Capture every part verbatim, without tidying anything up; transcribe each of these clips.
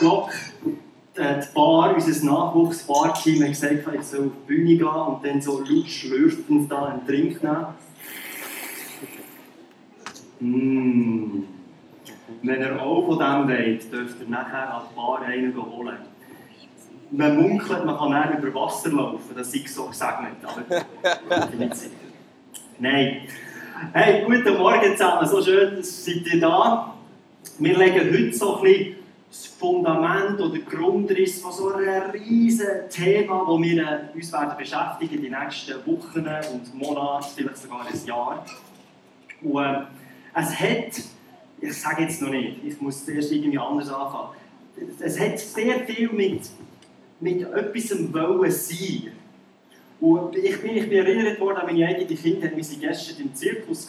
Glocke die Bar, unser Nachwuchsbar-Team, hat gesagt, ich soll auf die Bühne gehen und dann so laut schlürfend da einen Trink nehmen. Mm. Wenn ihr auch von dem wollt, dürft ihr nachher an die Bar einen holen. Man munkelt, man kann dann über Wasser laufen, das sei so gesegnet, aber ich bin nicht sicher. Nein. Hey, guten Morgen zusammen, so schön, dass seid ihr da. Wir legen heute so ein bisschen das Fundament oder Grundriss von so einem riesen Thema, das wir äh, uns werden beschäftigen in den nächsten Wochen und Monaten, vielleicht sogar ein Jahr. Und äh, es hat, ich sage jetzt noch nicht, ich muss zuerst irgendwie anders anfangen, es hat sehr viel mit, mit etwas wollen sein. Und ich bin, ich bin erinnert worden an meine eigenen Kinder, wir waren gestern im Zirkus.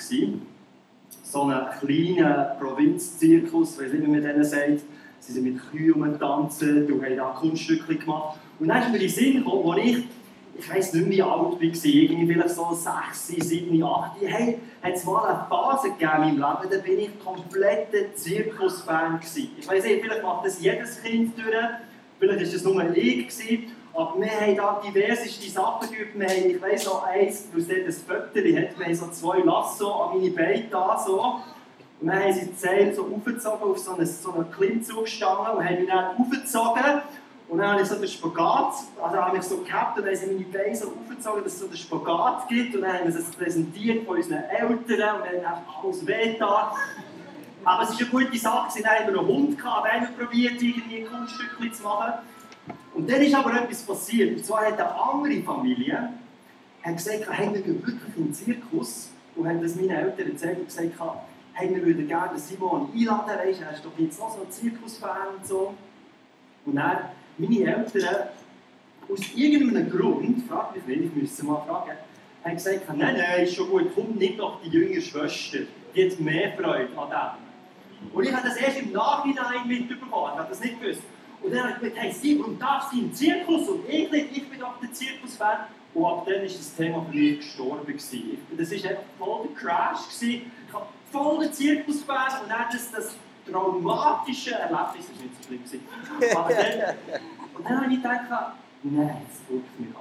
So einen kleinen Provinzzirkus, ich weiß nicht, wie man denen sagt. Sie sind mit Kühen umtanzen, du hast da Kunststücke gemacht. Und dann ist mir in den Sinn gekommen, als ich, ich weiss nicht mehr, wie alt war, irgendwie vielleicht so sechs, sieben, acht, hey, hat es mal eine Phase gegeben in meinem Leben, da bin ich kompletter Zirkus-Fan gewesen. Ich weiss nicht, vielleicht macht das jedes Kind durch, vielleicht war das nur ich gewesen, aber wir haben da diverseste Sachen gemacht. Wir haben, ich weiss noch eins, weil es dort ein Fötterchen hat, wir haben so zwei Lasso an meine Beine da, so. Und dann haben sie die Zähne so aufgezogen auf so eine, so eine Klimmzugstange und haben mich dann aufgezogen. Und dann habe ich so den Spagat, also habe ich so gehabt und dann haben sie meine Beine so aufgezogen, dass es so den Spagat gibt. Und dann haben wir es präsentiert von unseren Eltern und dann haben einfach alles wehgetan. Aber es war eine gute Sache, dann haben wir einen Hund gehabt, haben wir probiert, irgendwie Kunststückchen zu machen. Und dann ist aber etwas passiert. Und zwar hat eine andere Familie hat gesagt, hey, wir gehen wirklich in den Zirkus. Und haben das meinen Eltern erzählt und gesagt, hey, wir würden gerne Simon einladen, weißt du, er ist doch jetzt noch so ein Zirkusfan und so. Und dann, meine Eltern, aus irgendeinem Grund, frag mich nicht, ich müsste mal fragen, haben gesagt, nein, nein, ist schon gut, komm, nimm doch die jüngere Schwester, die hat mehr Freude an dem. Und ich habe das erst im Nachhinein mitbekommen, ich habe das nicht gewusst. Und dann habe ich gesagt, hey Simon, darf sie im Zirkus? Und ich nicht, ich bin doch der Zirkusfan. Und ab dann war das Thema für mich gestorben. Das war einfach voll der Crash. Ich habe voll der Zirkusfan und dann das, das traumatische Erlebnis, das war nicht so schlimm. Aber dann, und dann habe ich gedacht, nein, das guckt mich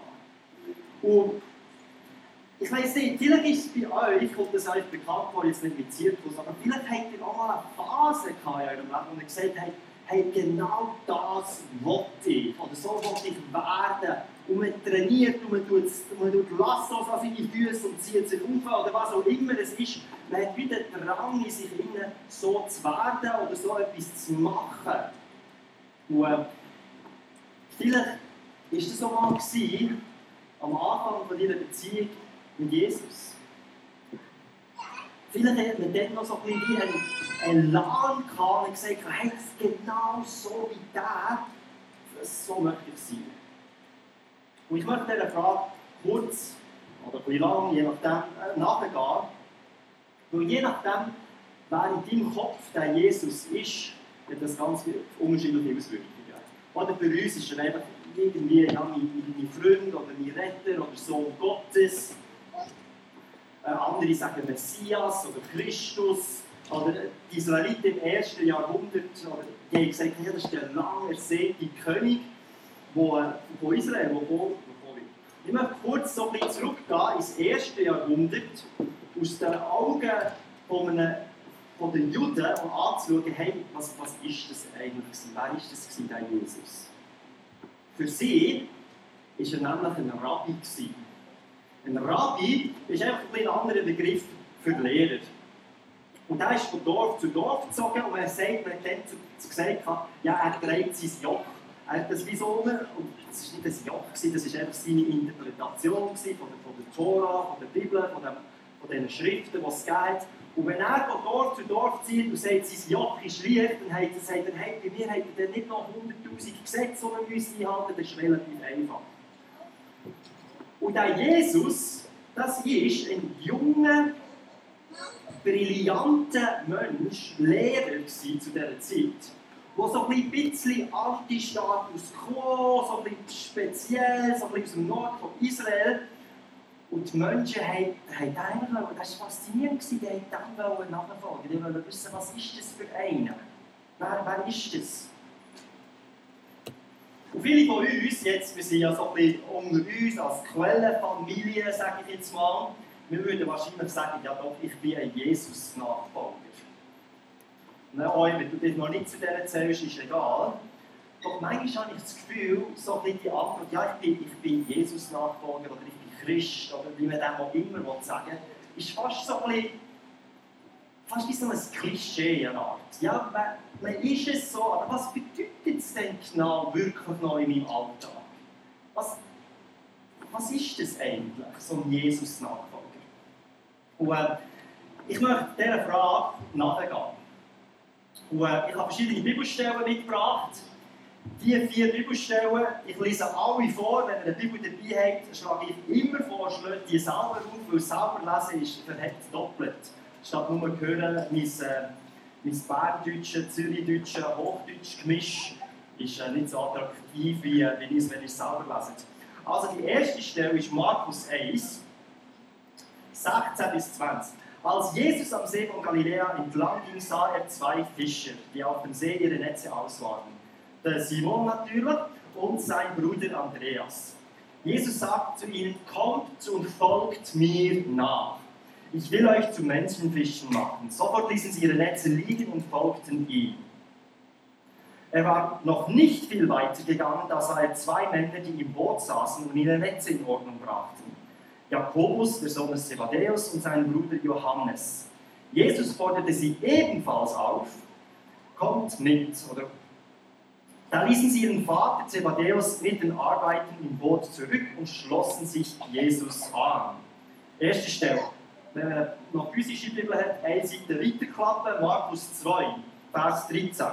an. Und ich weiss nicht, vielleicht ist es bei euch, kommt das euch bekannt vor, jetzt nicht mit Zirkus, aber vielleicht habt ihr auch mal eine Phase gehabt in eurem Leben, wo ihr gesagt habt, hey, genau das wollte ich, oder so wollte ich werden. Und man trainiert und man tut, man tut Lassos an seine Füße und zieht sich auf oder was auch immer es ist. Man hat wieder den Drang in sich innen, so zu werden oder so etwas zu machen. Und äh, vielleicht war das so mal gewesen, am Anfang von deiner Beziehung mit Jesus. Vielleicht hat man dann noch so ein bisschen einen Elan gehabt und gesagt, hey, das ist genau so wie der, so möchte ich sein. Und ich möchte dieser Frage kurz oder ein bisschen lang, je nachdem, äh, nachgehen. Weil je nachdem, wer in deinem Kopf der Jesus ist, hat das ganz unterschiedliche Auswirkungen. Oder für uns ist er einfach irgendwie ja, mein, mein Freund oder mein Retter oder Sohn Gottes. Äh, andere sagen Messias oder Christus. Oder die Israeliten im ersten Jahrhundert, oder die haben gesagt, ja, das ist der lang ersehnte König, wo, wo Israel, wo kommt. Ich möchte kurz so ein bisschen zurückgehen ins erste Jahrhundert, aus den Augen von, einem, von den Juden und anzuschauen, hey, was, was ist das eigentlich? Wer ist das gewesen, der Jesus? Für sie war er nämlich ein Rabbi. Ein Rabbi ist einfach ein anderer Begriff für Lehrer. Und er ist von Dorf zu Dorf gezogen und man sagt, man hat dann gesagt, ja, er trägt sein Joch. Er hat das wie so, und das war nicht ein Joch, das war einfach seine Interpretation von der, von der Tora, von der Bibel, von, dem, von den Schriften, die es gibt. Und wenn er von Dorf zu Dorf zieht und sagt, sein Joch ist leicht, dann sagt er, hey, bei mir hat er nicht noch hunderttausend Gesetze, die wir müssen einhalten, das ist relativ einfach. Und der Jesus, das ist ein junger, brillanter Mensch, Lehrer zu dieser Zeit, der so ein bisschen Anti-Status quo, so ein bisschen speziell, so ein bisschen aus dem Norden von Israel. Und die Menschen haben, haben einfach, das war faszinierend, die wollten dem nachfolgen. Die wollten wissen, was ist das für einer? Wer, wer ist das? Und viele von uns, jetzt, wir sind ja so ein bisschen unter uns als Quellenfamilie, sage ich jetzt mal, wir würden wahrscheinlich sagen, ja doch, ich bin ein Jesus-Nachfolger. Auch wenn du dich noch nicht zu denen zählst, ist egal. Doch manchmal habe ich das Gefühl, so ein bisschen die Antwort, ja, ich bin, ich bin Jesus-Nachfolger oder ich bin Christ oder wie man dem auch immer sagen will, ist fast so ein bisschen, fast wie so ein Klischee eine Art. Ja, man, man ist es so, aber was bedeutet es denn genau wirklich noch in meinem Alltag? Was, was ist das eigentlich, so ein Jesus-Nachfolger? Und äh, ich möchte dieser Frage nachgehen. Und äh, ich habe verschiedene Bibelstellen mitgebracht. Diese vier Bibelstellen, ich lese alle vor, wenn ihr eine Bibel dabei habt, schlage ich immer vor, schlägt die selber auf, weil selber lesen ist verheckt doppelt. Statt nur hören, mein, äh, mein Bergdeutsche, Zürichdeutsche, Hochdeutsch Gemisch ist äh, nicht so attraktiv, wie, äh, wie es, wenn ihr es selber leset. Also die erste Stelle ist Markus eins, sechzehn bis zwanzig. Als Jesus am See von Galiläa entlang ging, sah er zwei Fischer, die auf dem See ihre Netze auswarfen. Der Simon natürlich und sein Bruder Andreas. Jesus sagt zu ihnen, kommt und folgt mir nach. Ich will euch zu Menschenfischen machen. Sofort ließen sie ihre Netze liegen und folgten ihm. Er war noch nicht viel weiter gegangen, da sah er zwei Männer, die im Boot saßen und ihre Netze in Ordnung brachten. Jakobus, der Sohn des Zebedeus, und sein Bruder Johannes. Jesus forderte sie ebenfalls auf, kommt mit. Oder da ließen sie ihren Vater Zebedeus mit den Arbeiten im Boot zurück und schlossen sich Jesus an. Erste Stelle. Wenn man noch physische Bibel hat, eine Seite weiterklappen, Markus zwei, Vers dreizehn.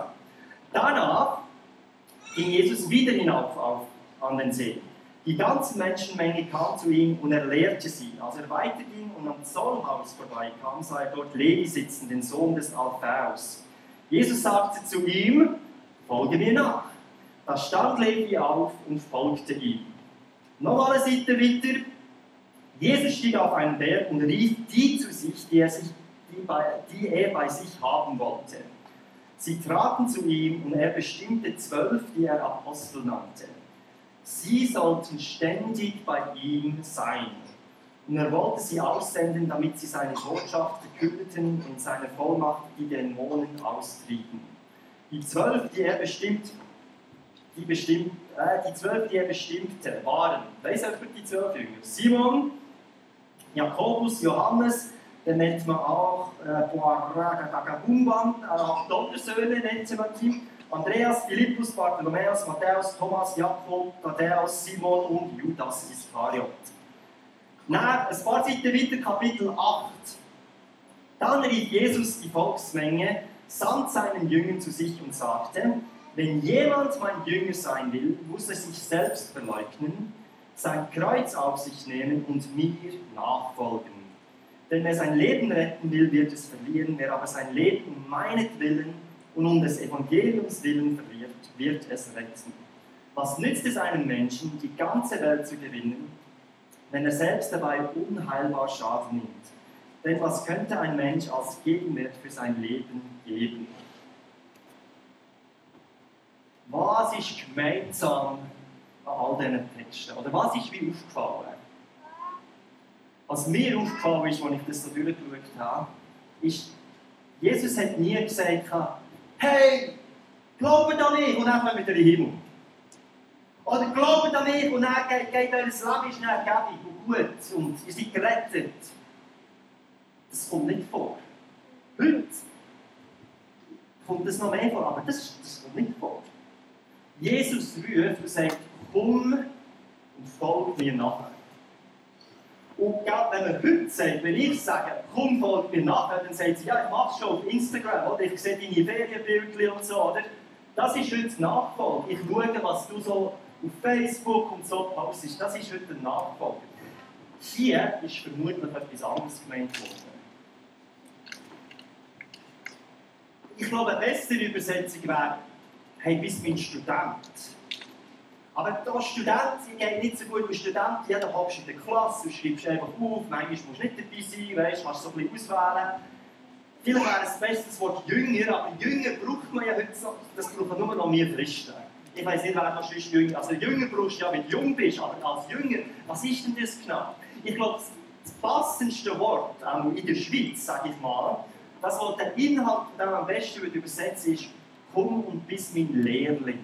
Danach ging Jesus wieder hinauf auf, an den See. Die ganze Menschenmenge kam zu ihm und er lehrte sie. Als er weiterging und am Zollhaus vorbeikam, sah er dort Levi sitzen, den Sohn des Alphaeus. Jesus sagte zu ihm, folge mir nach. Da stand Levi auf und folgte ihm. Noch eine Seite weiter. Jesus stieg auf einen Berg und rief die zu sich, die er, sich, die bei, die er bei sich haben wollte. Sie traten zu ihm und er bestimmte zwölf, die er Apostel nannte. Sie sollten ständig bei ihm sein. Und er wollte sie aussenden, damit sie seine Botschaft verkündeten und seine Vollmacht die Dämonen austrieben. Die zwölf, die er bestimmt, die, bestimmt, äh, die zwölf, die er bestimmte, waren, weiss jemand die zwölf Jünger? Simon, Jakobus, Johannes, den nennt man auch Boaragagagumban, äh, auch Donnersöhne nennt man ihn. Andreas, Philippus, Bartholomäus, Matthäus, Thomas, Jakob, Thaddäus, Simon und Judas Iskariot. Dann, ein paar Seiten weiter, Kapitel acht. Dann rief Jesus die Volksmenge samt seinen Jüngern zu sich und sagte, wenn jemand mein Jünger sein will, muss er sich selbst verleugnen, sein Kreuz auf sich nehmen und mir nachfolgen. Denn wer sein Leben retten will, wird es verlieren, wer aber sein Leben um meinetwillen und um des Evangeliums willen verliert, wird es retten. Was nützt es einem Menschen, die ganze Welt zu gewinnen, wenn er selbst dabei unheilbar Schaden nimmt? Denn was könnte ein Mensch als Gegenwert für sein Leben geben? Was ist gemeinsam an all diesen Texten? Oder was ist mir aufgefallen? Was mir aufgefallen ist, als ich das so durchgeschaut habe, ist, Jesus hat nie gesagt, hey, glaubt an mich und dann kommt ihr in den Himmel. Oder glaubt an mich und dann geht, geht euer Leben ist dann gebig und gut und ihr seid gerettet. Das kommt nicht vor. Heute kommt das noch mehr vor, aber das, das kommt nicht vor. Jesus ruft und sagt, komm und folg mir nachher. Und gerade wenn man heute sagt, wenn ich sage, komm, folg mir nachher, dann sagt sie, ja, ich mache es schon auf Instagram, oder ich sehe deine Ferienbildchen und so, oder? Das ist heute Nachfolge. Ich schaue, was du so auf Facebook und so postest. Das ist heute Nachfolge. Hier ist vermutlich etwas anderes gemeint worden. Ich glaube, eine bessere Übersetzung wäre, hey, bist mein Student. Aber als Student geht nicht so gut als Student. Jeder hockst in der Klasse, du schreibst einfach auf, manchmal musst du nicht dabei sein, weißt, kannst so ein bisschen auswählen. Vielleicht wäre es das beste Wort Jünger, aber Jünger braucht man ja heute so, das brauchen nur noch mehr Christen. ich weiss nicht, wer das ist Jünger. Also Jünger brauchst du ja, wenn du jung bist, aber als Jünger, was ist denn das genau? Ich glaube, das passendste Wort, auch in der Schweiz, sage ich mal, das, was der Inhalt von dem am besten übersetzt ist, komm und bist mein Lehrling.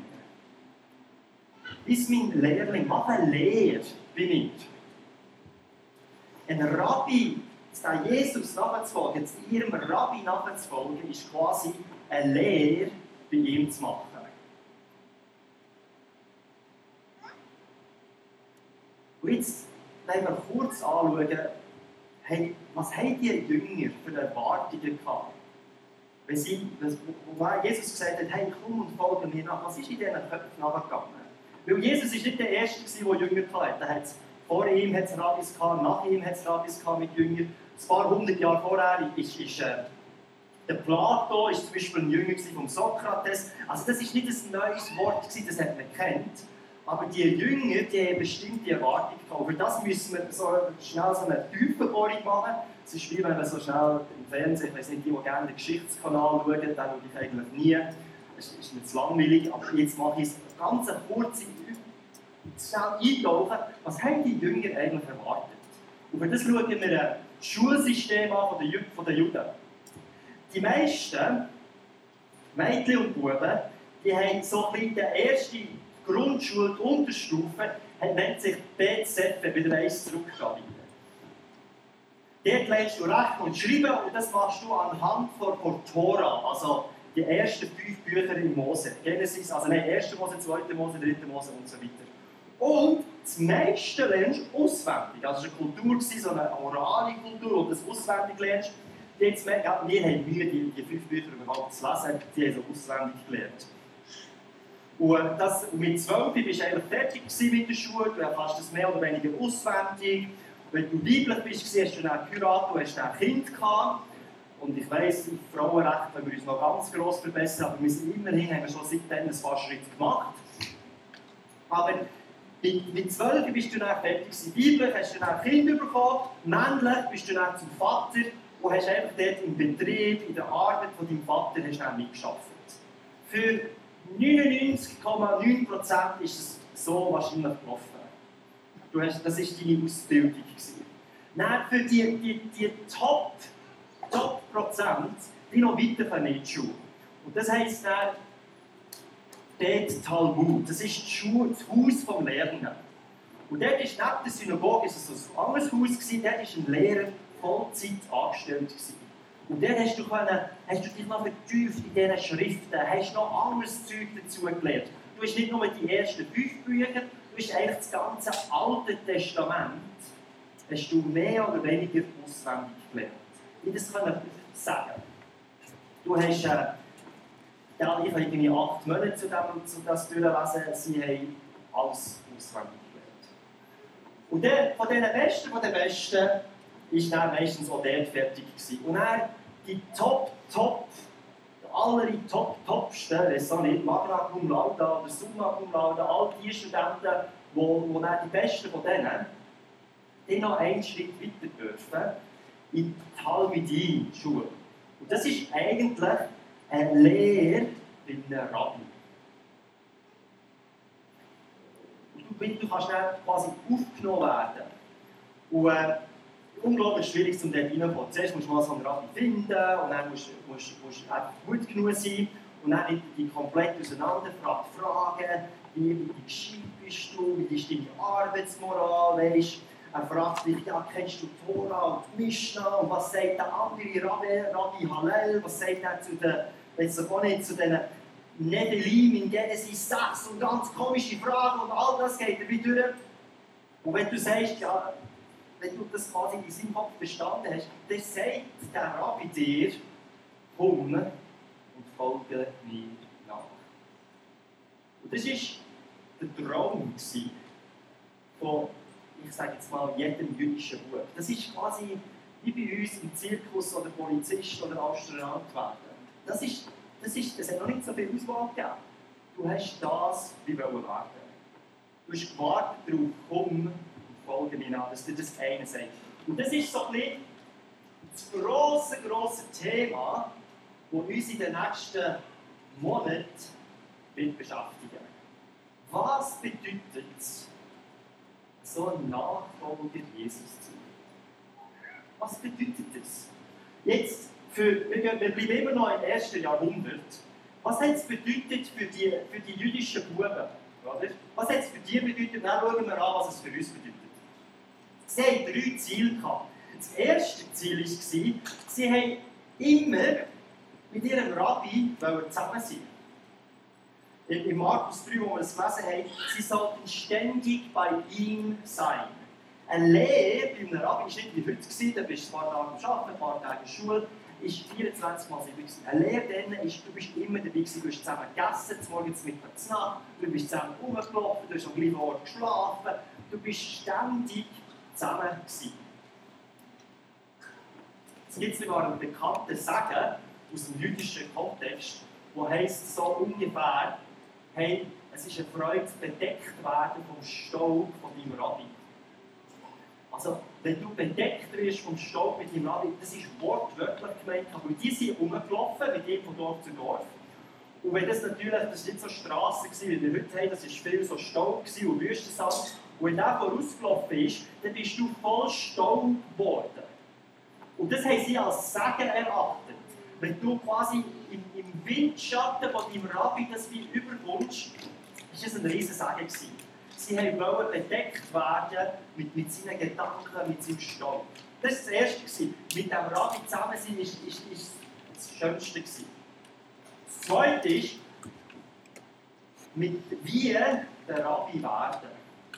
Bist mein Lehrling, mach eine Lehre bin ich. Ein Rabbi, der Jesus nachzufolgen, ihrem Rabbi nachzufolgen, ist quasi eine Lehre bei ihm zu machen. Und jetzt wollen wir kurz anschauen, hey, was haben die Jünger für Erwartungen gehabt? Wenn sie, wo Jesus gesagt hat, hey, komm und folge mir nach, was ist in diesen Köpfen nachgegangen? Weil Jesus war nicht der Erste, der Jünger hatte. Vor ihm hat es Rabbis gehabt, nach ihm hat es Rabbis gehabt mit Jüngern. Ein paar hundert Jahre vorher ist, ist äh, der Plato ist zum Beispiel ein Jünger von Sokrates. Also das ist nicht ein neues Wort, das hat man kennt. Aber die Jünger, die haben bestimmte Erwartungen gehabt. Für das müssen wir so schnell so eine Tiefenbohrung machen. Es ist wie wenn man so schnell im Fernsehen, ich weiß nicht, die, die gerne den Geschichtskanal schauen, dann schaue ich eigentlich nie. Es ist mir zu langweilig, aber jetzt mache ich es ganz kurz schnell eintauchen. Was haben die Jünger eigentlich erwartet? Und für das schauen wir ein Schulsystem an von den, von den Juden. Die meisten Mädchen und Buben, die haben so ein bisschen die erste Grundschule, die Unterstufe, nennt sich B Z bei der eins zurückgehen. Dort lernst du Rechnen und Schreiben und das machst du anhand von, von Tora, also die ersten fünf Bücher im Mose. Genesis, also nicht erste Mose, zweite Mose, dritte Mose und so weiter. Und das meiste lernst du auswendig. Also es war eine Kultur, so eine orale Kultur, wo du das auswendig lernst. Jetzt, ja, wir haben Mühe, die, die fünf Bücher überhaupt zu lesen, die haben so auswendig gelernt. Und, das, und mit zwölf bist du eigentlich fertig mit der Schule, du kannst das mehr oder weniger auswendig. Wenn du weiblich bist, hast du dann geheiratet, du hast dann ein Kind gehabt. Und ich weiss, im Frauenrecht können wir uns noch ganz gross verbessern, aber wir sind immerhin haben wir schon seitdem ein paar Schritte gemacht. Aber mit zwölf bist du dann fertig gewesen. Weiblich hast du dann ein Kind bekommen, männlich bist du dann zum Vater und hast einfach dort im Betrieb, in der Arbeit von deinem Vater hast du dann mitgearbeitet. Für neunundneunzig Komma neun Prozent ist es so wahrscheinlich gelaufen. Du hast, das war deine Ausbildung gewesen. Dann für die, die, die Top, Top Prozent, die noch weiter in die Schule. Und das heisst dann, dort Talmud. Das ist die Schule, das Haus vom Lernen. Und dort ist neben der Synagoge ist es ein anderes Haus gewesen, dort war ein Lehrer Vollzeit angestellt gewesen. Und dort hast du, können, hast du dich noch vertieft in diesen Schriften, hast noch anderes Zeug dazu gelernt. Du hast nicht nur die ersten fünf Bücher, du hast eigentlich das ganze Alte Testament hast du mehr oder weniger auswendig gelernt. Ich das kann ich sagen. Du hast, äh, ja, ich habe irgendwie acht Monate zu, dem, zu das durchlesen, sie haben alles auswendig gelernt. Und der, von den Besten, von den Besten, ist dann meistens auch dort fertig gewesen. Und dann die Top, Top, alle Top, Topsten, ich weiß auch nicht, Magna Cum Laude oder Summa Cum Laude, all die Studenten, die, die dann die Besten von denen, die noch einen Schritt weiter dürfen, in die Talmidim-Schule. Und das ist eigentlich eine Lehre bei einem Rabbi. Und du, du kannst dann quasi aufgenommen werden. Und äh, unglaublich schwierig, um dort reinzukommen. Zuerst musst du mal so einen Rabbi finden und dann musst du musst, musst einfach gut genug sein und dann nimmt die komplett auseinander, fragt Fragen, wie, wie gescheit bist du, wie ist deine Arbeitsmoral, weißt. Er fragt dich, ja, kennst du Tora und Mishnah und was sagt der andere Rabbi, Rabbi Hallel, was sagt er zu den, jetzt auch nicht zu den Nebelim in Genesis sechs und ganz komische Fragen und all das geht er wieder durch. Und wenn du sagst, ja, wenn du das quasi in seinem Kopf bestanden hast, dann sagt der Rabbi dir, komm und folge mir nach. Und das war der Traum von, ich sage jetzt mal, jedem jüdischen Bub. Das ist quasi wie bei uns im Zirkus oder Polizist oder Astronaut werden. Das, ist, das, ist, das hat noch nicht so viel Auswahl gegeben. Du hast das, wie wir werden. Du hast gewartet darauf, komm, folge mir nach, dass dir das eine sagt. Und das ist so ein bisschen das grosse, grosse Thema, das uns in den nächsten Monaten wird beschäftigen. Was bedeutet es, so ein Nachfolger Jesus zu sein? Was bedeutet das? Jetzt, für, wir, wir bleiben immer noch im ersten Jahrhundert. Was hat es bedeutet für die, für die jüdischen Buben? Oder? Was hat es für die bedeutet? Dann schauen wir an, was es für uns bedeutet. Sie hatten drei Ziele gehabt. Das erste Ziel war, sie haben immer mit ihrem Rabbi zusammen sein. In Markus drei, wo wir das gelesen haben, sie sollten ständig bei ihm sein. Eine Lehre bei einem Rabbi war nicht wie heute, da bist du ein paar Tage am Arbeiten, ein paar Tage in der Schule, ist vierundzwanzig Mal sieben. Eine Lehre dann ist, du bist immer dabei gewesen, du hast zusammen gegessen, zum Morgen, zum Mittag, zur Nacht, du bist zusammen rumgelaufen, du hast am gleichen Ort geschlafen, du bist ständig zusammen gewesen. Es gibt sogar einen bekannten Sagen aus dem jüdischen Kontext, der heisst so ungefähr, hey, es ist eine Freude, bedeckt werden vom Staub von deinem Rabbi. Also, wenn du bedeckt wirst vom Staub mit deinem Rabbi, das ist wortwörtlich gemeint, weil die sind rumgelaufen, mit ihm von Dorf zu Dorf. Und wenn das natürlich, das war nicht so Strassen, wie wir heute haben, das war viel so Staub und Wüstensand. Und wenn der vorausgelaufen ist, dann bist du voll Staub geworden. Und das haben sie als Segen erachtet. Wenn du quasi im, im Windschatten von deinem Rabbi das wie überkommst, war das ein riesen Segen gewesen. Sie wollten bedeckt werden mit, mit seinen Gedanken, mit seinem Staub. Das war das Erste gewesen. Mit dem Rabbi zusammen sein ist, ist, ist das Schönste gewesen. Das Zweite ist, mit wie der Rabbi werden.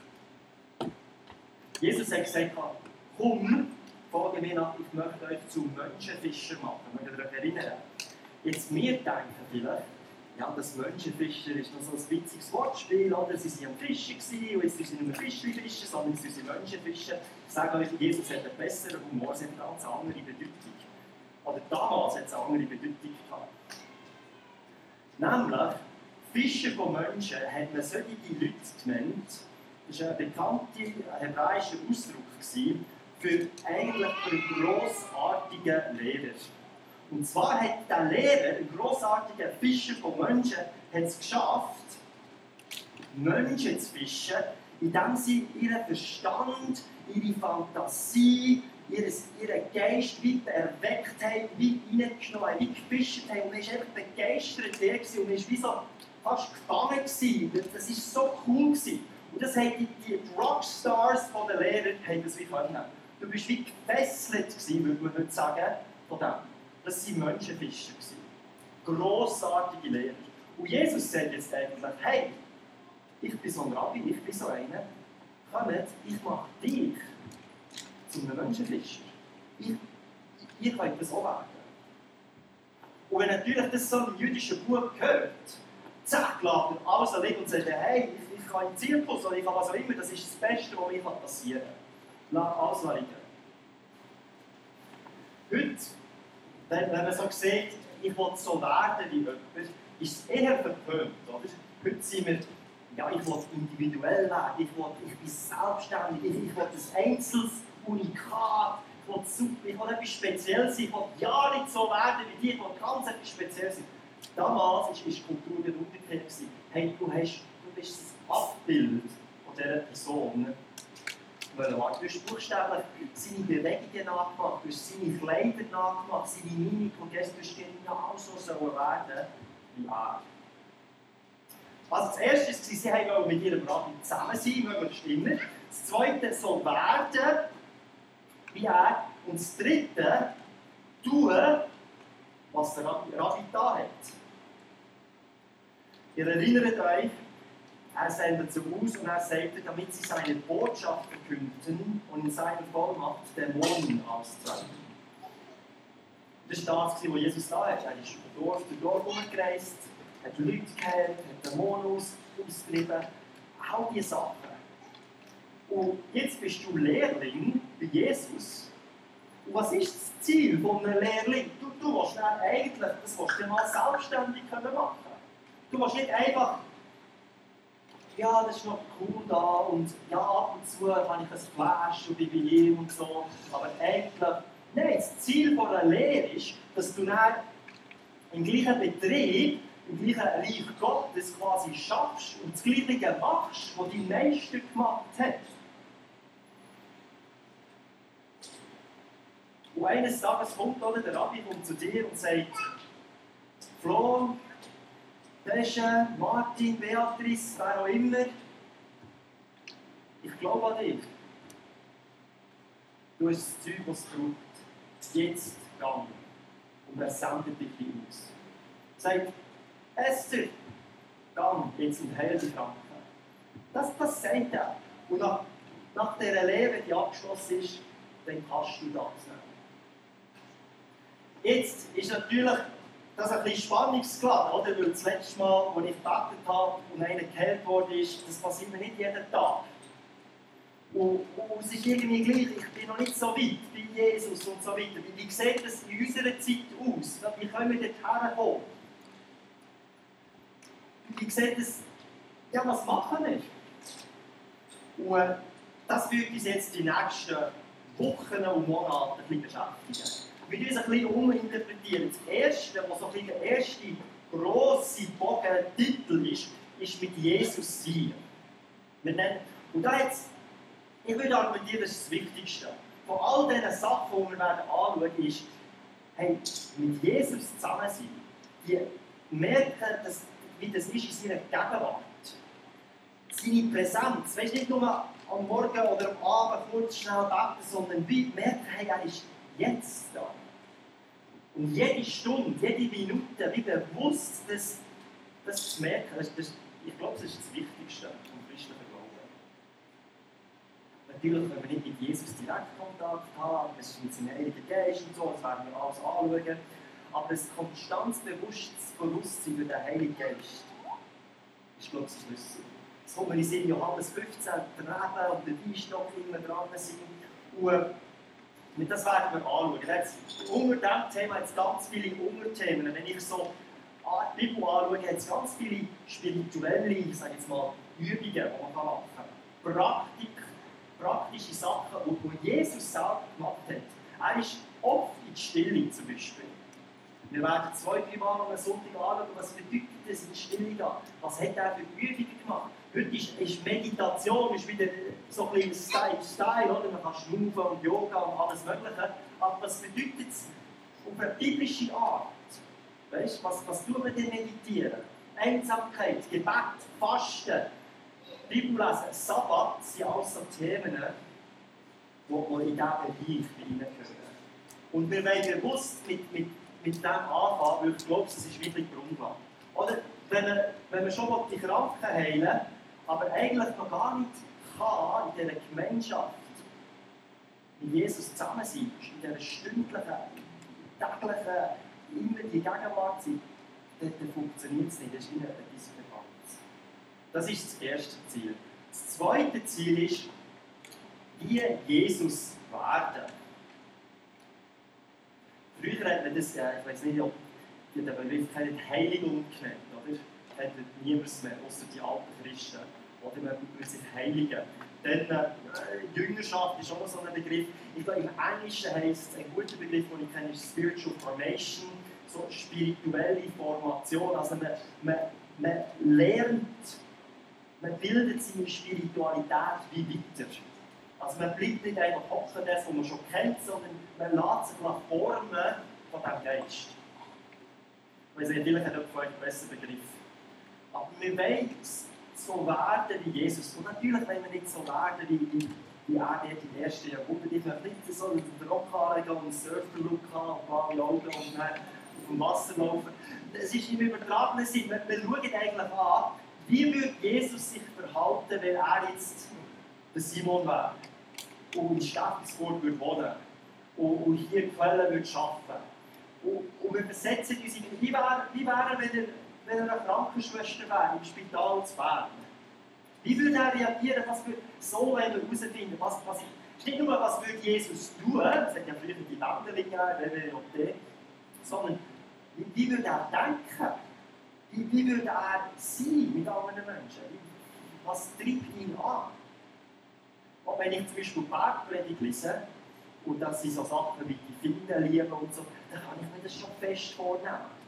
Jesus hat gesagt, komm, folge mir nach, ich möchte euch zu Menschenfischer machen. Mögt ihr euch erinnern? Jetzt, wir denken vielleicht, ja, das Menschenfischer ist noch so ein witziges Wortspiel, oder? Sie waren am Fischen und jetzt sind sie nicht mehr Fischli-Fischer, sondern sie sind Menschenfischer. Ich sage euch, Jesus hat einen besseren Humor, es hat eine ganz andere Bedeutung. Oder damals hat es eine andere Bedeutung gehabt. Nämlich, Fischer von Menschen hat man solche Leute genannt, das war ein bekannter hebräischer Ausdruck für eigentlich für einen grossartigen Lehrer. Und zwar hat der Lehrer, ein grossartiger Fischer von Menschen, hat es geschafft, Menschen zu fischen, indem sie ihren Verstand, ihre Fantasie, ihren Geist weiter erweckt haben, wie reingenommen haben, wie gefischt haben. Und man war einfach begeistert der und man war wie so fast gefangen gewesen. Das war so cool gewesen. Und das haben die, die Rockstars von den Lehrern haben das wie können. Du bist wie gefesselt gewesen, würde man heute sagen, von dem. Das waren Menschenfischer. Grossartige Lehrer. Und Jesus sagt jetzt eigentlich, hey, ich bin so ein Rabbi, ich bin so einer, kommt, ich mache dich zu einem Menschenfischer. Ich, ihr könnt das auch werden. Und wenn natürlich das so ein jüdischer Bub hört, zack, lässt er alles liegen und sagt, hey, ich, ich kann im Zirkus oder ich kann was auch immer, das ist das Beste, was mir passieren kann. Lass alles liegen. Heute, wenn, wenn man so sieht, ich will so werden wie jemand, ist es eher verpönt, oder? Heute sind wir, ja, ich will individuell werden, ich, will, ich bin selbstständig, ich, ich will ein einzelnes Unikat, ich will, super, ich will etwas Spezielles sein, ich will ja nicht so werden wie die, ich will ganz etwas Spezielles sein. Damals war die Kultur der umgekehrt. Hey, du, hast, du bist das Abbild von dieser Person. Du hast buchstäblich seine Bewegungen nachgemacht, du hast seine Kleider nachgemacht, seine Mimik und jetzt du hast genau so sollen werden wie er. Also das Erste war, sie wollten mit ihrem Rabbi zusammen sein, möglichst immer. Das Zweite soll werden wie er. Und das Dritte, tun, was der Rabbi, Rabbi da hat. Ihr erinnert euch, er sendet sie aus und er sagt, damit sie seine Botschaft verkünden und in seiner Vollmacht Dämonen austreiben. Das war das, was Jesus da hat. Er ist von Dorf zu Dorf umgereist, hat Leute geheilt, hat Dämonen ausgetrieben, all diese Sachen. Und jetzt bist du Lehrling bei Jesus. Und was ist das Ziel von einem Lehrling? Du, du willst dann eigentlich, das willst du mal selbstständig machen können. Du willst nicht einfach, ja, das ist noch cool da und ja, ab und zu habe ich ein Flash und bin bei ihm und so. Aber eigentlich, nein, das Ziel von einer Lehre ist, dass du dann im gleichen Betrieb im gleichen Reich Gottes quasi schaffst und das Gleiche machst, was dein Meister gemacht hat. Und eines Tages kommt oder, der Rabbi kommt zu dir und sagt, Flo, Pesche, Martin, Beatrice, wer auch immer, ich glaube an dich. Du hast das Zeug, was es braucht. Jetzt gang. Und er sendet dich aus. Sagt, Esther, gang jetzt und heil die Kranken. Das, das sagt er. Und nach, nach dieser Lehre, die abgeschlossen ist, dann kannst du das nehmen. Jetzt ist natürlich das ein bisschen spannungsgeladen, oder? Weil das letzte Mal, als ich gebetet habe und einer geheilt worden ist, das passiert mir nicht jeden Tag. Und, und es ist irgendwie gleich, ich bin noch nicht so weit bei Jesus und so weiter. Wie, wie sieht das in unserer Zeit aus? Wie können wir dort herkommen? Wie sieht das, ja, was machen wir? Und das wird uns jetzt die nächsten Wochen und Monate ein bisschen beschäftigen. Wir müssen ein bisschen uminterpretieren. Das erste, was so ein bisschen der erste grosse Bogen-Titel ist, ist mit Jesus sein. Wir nennen, und da jetzt, ich würde argumentieren, das ist das Wichtigste. Von all diesen Sachen, die wir werden anschauen, ist, hey, mit Jesus zusammen sein. Die merken, dass, wie das ist in seiner Gegenwart. Seine Präsenz. Weißt du, nicht nur am Morgen oder am Abend kurz schnell beten, sondern wie merken, hey, er ist jetzt da. Und jede Stunde, jede Minute, wie bewusst das, das zu merken, das, das, ich glaube, das ist das Wichtigste am christlichen Glauben. Natürlich, wenn wir nicht mit Jesus direkt Kontakt haben, das ist mit seinem Heiligen Geist und so, das werden wir alles anschauen, aber ein konstantes Bewusstsein für den Heiligen Geist ist, glaube ich, das Schlüssel. Das kommt mir in Sinn Johannes fünfzehn, der Reben und der Weinstock immer dran sind. Und das werden wir anschauen. Jetzt, unter diesem Thema jetzt ganz viele Unterthemen. Wenn ich so die Bibel anschaue, hat es ganz viele spirituelle, ich sage jetzt mal, Übungen, die man machen kann. Praktik, praktische Sachen, die Jesus selber gemacht hat. Er ist oft in die Stille zum Beispiel. Wir werden zwei, drei Mal am Sonntag anschauen, was bedeutet das in die Stille gehen. Was hat er für Übungen gemacht? Heute ist, ist Meditation ist wieder so ein bisschen Style, Style, oder? Man kann schnaufen und Yoga und alles Mögliche. Aber was bedeutet es auf eine biblische Art? Weißt, was, was tun wir denn meditieren? Einsamkeit, Gebet, Fasten, Bibellesen, Sabbat sind alles so Themen, die in diesen Bereich hineingehören. Und wir wollen bewusst mit, mit, mit dem anfangen, weil ich glaube, das ist wirklich Grundlage. Oder wenn man, wenn man schon die Kranken heilen will, aber eigentlich noch gar nicht kann in dieser Gemeinschaft mit Jesus zusammen sein, in dieser stündlichen, täglichen, immer die Gegenwart sein, dann funktioniert es nicht. Das ist wie eine Diskrepanz. Das ist das erste Ziel. Das zweite Ziel ist, wie Jesus werden. Früher hat man das, ich weiß nicht, ob ihr den Begriff kennt, Heiligung genannt, oder? Kennt niemand mehr, außer die alten Christen. Oder man will sich heiligen. Dann äh, Jüngerschaft ist auch noch so ein Begriff. Ich glaube, im Englischen heisst es, ein guter Begriff, den ich kenne, ist Spiritual Formation, so spirituelle Formation. Also man, man, man lernt, man bildet seine Spiritualität wie weiter. Also man bleibt nicht einfach hoffen, das, was man schon kennt, sondern man lässt sich nach formen von diesem Geist. Ich weiß nicht, vielleicht hat jemand von euch einen besseren Begriff. Aber wir wollen so werden wie Jesus. Und natürlich wollen wir nicht so werden wie, wie, wie er dort im ersten Jahrhundert. Ich möchte nicht so einen Rock anlegen und einen Surfer-Look haben und blaue Augen und dann auf dem Wasser laufen. Es ist im übertragenen Sinn. Wir, wir schauen eigentlich an, wie würde Jesus sich verhalten, wenn er jetzt der Simon wäre und in Steffensburg würde wohnen und, und hier die Quellen würde arbeiten. Und, und wir versetzen uns in, wie wäre, wie wäre er, wenn er, wenn er eine Krankenschwester wäre im Spital zu Bern? Wie würde er reagieren? Was würde, so wollen wir herausfinden, was, was, nicht nur, was würde Jesus tun, das hat ja früher die Bänder gegeben, sondern wie, wie würde er denken? Wie, wie würde er sein mit anderen Menschen? Was treibt ihn an? Und wenn ich zum Beispiel Bergpredigt lese, und das sind so Sachen wie die Findenliebe und so, dann kann ich mir das schon fest vornehmen.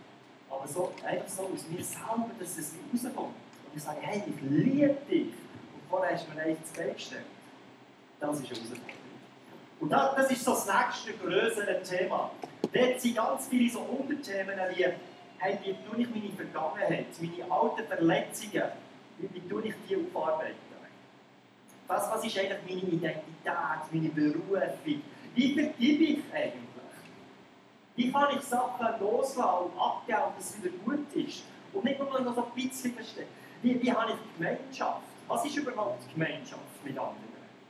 Aber so, einfach so aus mir selber, dass es rauskommt. Und ich sage, hey, ich liebe dich. Und vorher hast du mir eigentlich das Bein gestellt. Das ist eine Herausforderung. Und das, das ist so das nächste größere Thema. Dort sind ganz viele so Unterthemen wie, hey, wie tue ich meine Vergangenheit, meine alten Verletzungen, wie, wie tue ich die aufarbeiten? Was, was ist eigentlich meine Identität, meine Berufung? Wie vergebe ich eigentlich? Wie kann ich Sachen loslassen und abgeben, dass es wieder gut ist? Und nicht nur noch so ein bisschen verstehen. Wie, wie habe ich Gemeinschaft? Was ist überhaupt Gemeinschaft mit anderen?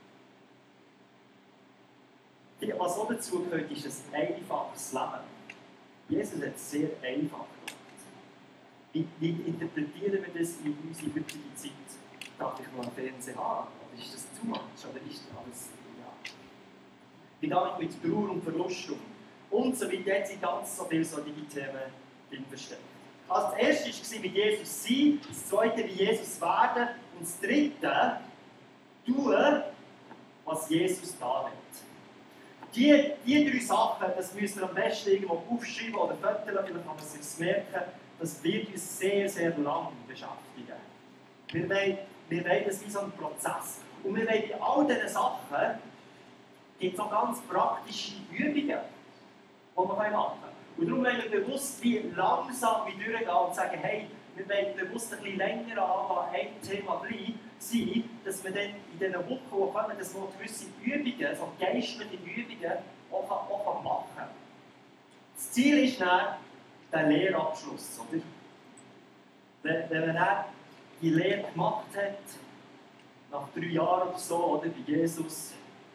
Was auch dazu gehört, ist ein einfaches Leben. Jesus hat es sehr einfach gemacht. Wie, wie interpretieren wir das in unserer heutigen Zeit? Darf ich noch einen Fernseher haben? Oder ist das zu much? Oder ist alles, ja. Wie gehe ich mit Trauer und Verlust um? Und so weiter. Dort sind ganz so viele solche Themen drin versteckt. Also das erste war mit Jesus sein, das zweite wie Jesus werden und das dritte tun, was Jesus da hat. Die, die drei Sachen, das müssen wir am besten irgendwo aufschreiben oder fotografieren, vielleicht kann man es sich merken, das wird uns sehr, sehr lang beschäftigen. Wir wollen, wir wollen das wie so ein Prozess. Und wir wollen bei all diesen Sachen, gibt es auch ganz praktische Übungen, die wir machen können. Und darum wollen wir bewusst wie langsam wie durchgehen und sagen, hey, wir wollen bewusst ein bisschen länger an einem Thema sein, dass wir dann in diesen Wochen, die kommen, dass wir gewisse Übungen, so geistliche Übungen, auch, auch machen können. Das Ziel ist dann der Lehrabschluss. Oder? Wenn, wenn man dann die Lehre gemacht hat, nach drei Jahren oder so, oder, bei Jesus,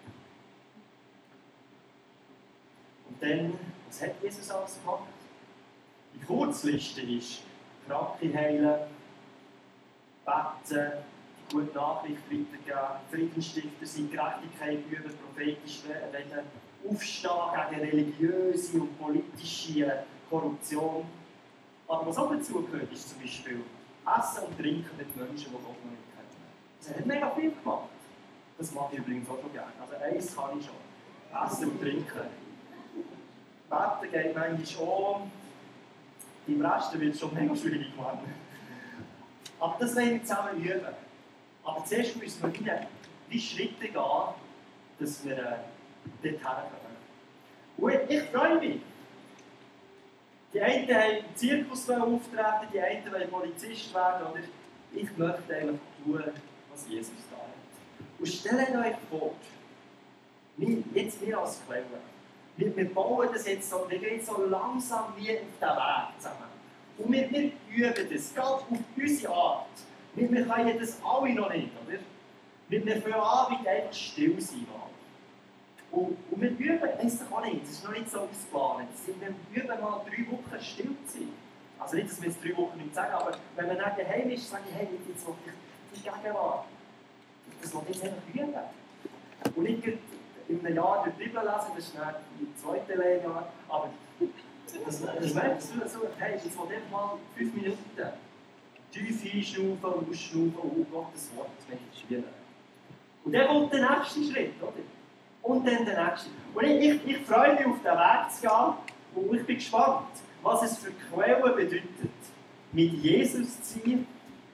und dann, was hat Jesus alles gemacht? Die Kurzliste ist Kranke heilen, beten, die gute Nachricht weitergeben, Friedensstifter sein, Gerechtigkeit üben, prophetisch reden, aufstehen gegen religiöse und politische Korruption. Aber was auch dazu gehört, ist zum Beispiel Essen und Trinken mit Menschen, die Gott noch nicht kennen. Das hat mega viel gemacht. Das mag ich übrigens auch schon gerne. Also eins kann ich schon. Essen und Trinken. Beten geht manchmal auch. Im Rest wird es schon mega schwierig gemacht. Aber das wollen wir zusammen üben. Aber zuerst müssen wir wieder wie Schritte gehen, dass wir äh, dorthin kommen. Und ich freue mich. Die einen wollen im Zirkus auftreten, die einen wollen Polizist werden. Oder ich möchte eigentlich tun, was Jesus da hat. Und stellt euch vor, jetzt wir als Quelle, wir, wir bauen das jetzt so, wir gehen so langsam wie auf den Weg zusammen. Und wir, wir üben das, ganz auf unsere Art. Wir, wir können das alle noch nicht, oder? Wir, wir fangen an, mit einfach still sein. Und, und wir üben, das ist doch auch nicht, das ist noch nicht so ausgeplant. Wir üben mal drei Wochen still zu sein. Also nicht, dass wir jetzt drei Wochen nichts sagen, aber wenn man dann daheim ist, sage ich, hey, jetzt will ich die Gegenwart. Das will ich jetzt einfach üben. Und nicht in einem Jahr die Bibel lesen, das ist dann im zweiten Lehrjahr. Aber das, das merkst du so, hey, jetzt will ich mal fünf Minuten tief einschnaufen und ausschnaufen und oh Gottes Wort, das möchte ich schwierig. Und dann kommt der nächste Schritt, oder? Und dann der nächste. Und ich, ich, ich freue mich, auf den Weg zu gehen und ich bin gespannt, was es für Quellen bedeutet, mit Jesus zu sein,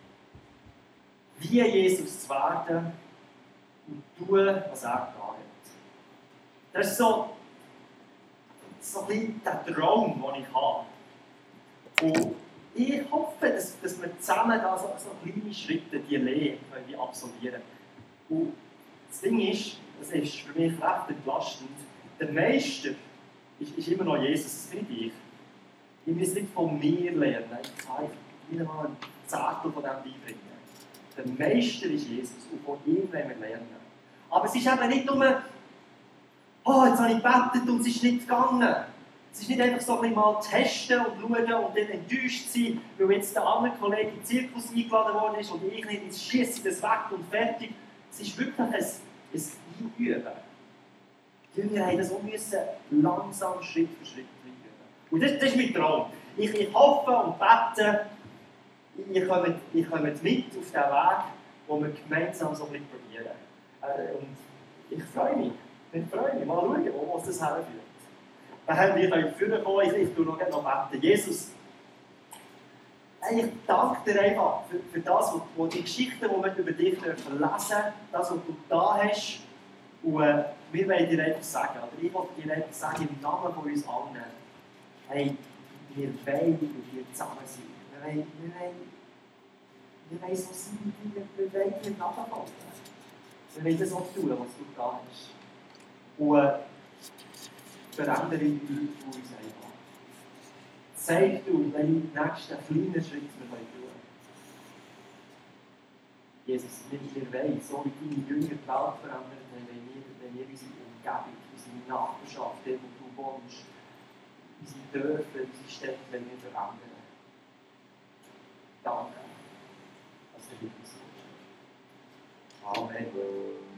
wie Jesus zu werden und tun, was er getan hat. Das ist so, so ein bisschen der Traum, den ich habe. Und ich hoffe, dass, dass wir zusammen da so, so kleine Schritte, die Lehre können absolvieren können. Und das Ding ist, das ist für mich recht entlastend, der Meister ist, ist immer noch Jesus, das bin ich. Ich muss nicht von mir lernen, ich kann wieder mal ein Zettel von dem beibringen. Der Meister ist Jesus und von ihm wollen wir lernen. Aber es ist eben nicht nur, oh, jetzt habe ich gebetet und es ist nicht gegangen. Es ist nicht einfach so ein mal testen und schauen und dann enttäuscht sein, weil jetzt der andere Kollege in den Zirkus eingeladen worden ist und ich nicht, jetzt schiesse ich das weg und fertig. Es ist wirklich ein, ein Üben. Die Jünger haben das auch müssen langsam Schritt für Schritt üben. Und das, das ist mein Traum. Ich, ich hoffe und bete, ihr kommt, ihr kommt mit auf den Weg, wo wir gemeinsam so ein bisschen probieren. Äh, und ich freue mich. Ich freue mich. Mal schauen, wo uns das herführt. Dann haben wir vorkommen, ich, ich tue noch, noch beten. Jesus, Ich danke dir einfach für, für das, wo, wo die Geschichten, die wir über dich dürfen lesen, das, was du da hast. Und äh, wir wollen dir einfach sagen, oder ich will dir einfach sagen, im Namen von uns allen, hey, wir wollen mit dir zusammen sein. Wir wollen, wir wollen, wir wollen so sein, wir, wir wollen dir nachfolgen. Wir wollen das auch tun, was du da hast. Und äh, verändere die Leute von uns einfach. Zeig du, welche nächsten kleinen Schritte wir tun können. Jesus, wir, wir wollen, so wie deine Jünger die Welt verändert haben, wenn wir, wenn wir unsere Umgebung, unsere Nachbarschaft, dort wo du wohnst, unsere Dörfer, unsere Städte, wenn wir verändern. Danke, dass du mit uns bist. Amen.